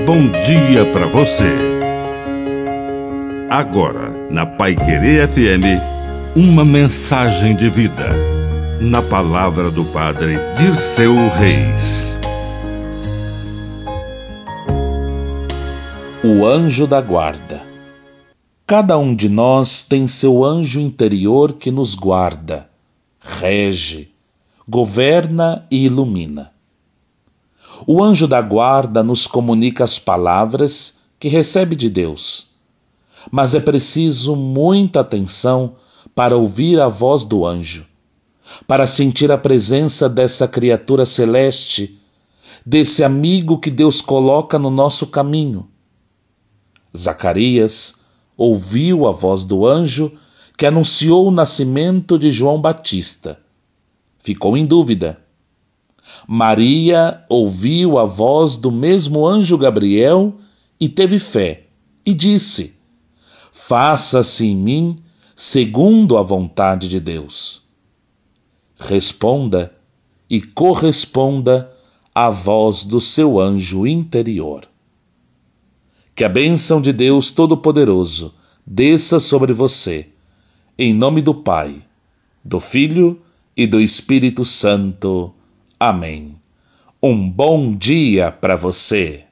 bom dia para você. Agora, na Paiquerê FM, uma mensagem de vida. Na palavra do Padre Dirceu Reis. O anjo da guarda. Cada um de nós tem seu anjo interior que nos guarda, rege, governa e ilumina. O anjo da guarda nos comunica as palavras que recebe de Deus. Mas é preciso muita atenção para ouvir a voz do anjo, para sentir a presença dessa criatura celeste, desse amigo que Deus coloca no nosso caminho. Zacarias ouviu a voz do anjo que anunciou o nascimento de João Batista. Ficou em dúvida. Maria ouviu a voz do mesmo anjo Gabriel e teve fé, e disse: faça-se em mim segundo a vontade de Deus. Responda e corresponda à voz do seu anjo interior. Que a bênção de Deus Todo-Poderoso desça sobre você, em nome do Pai, do Filho e do Espírito Santo. Amém. Um bom dia para você.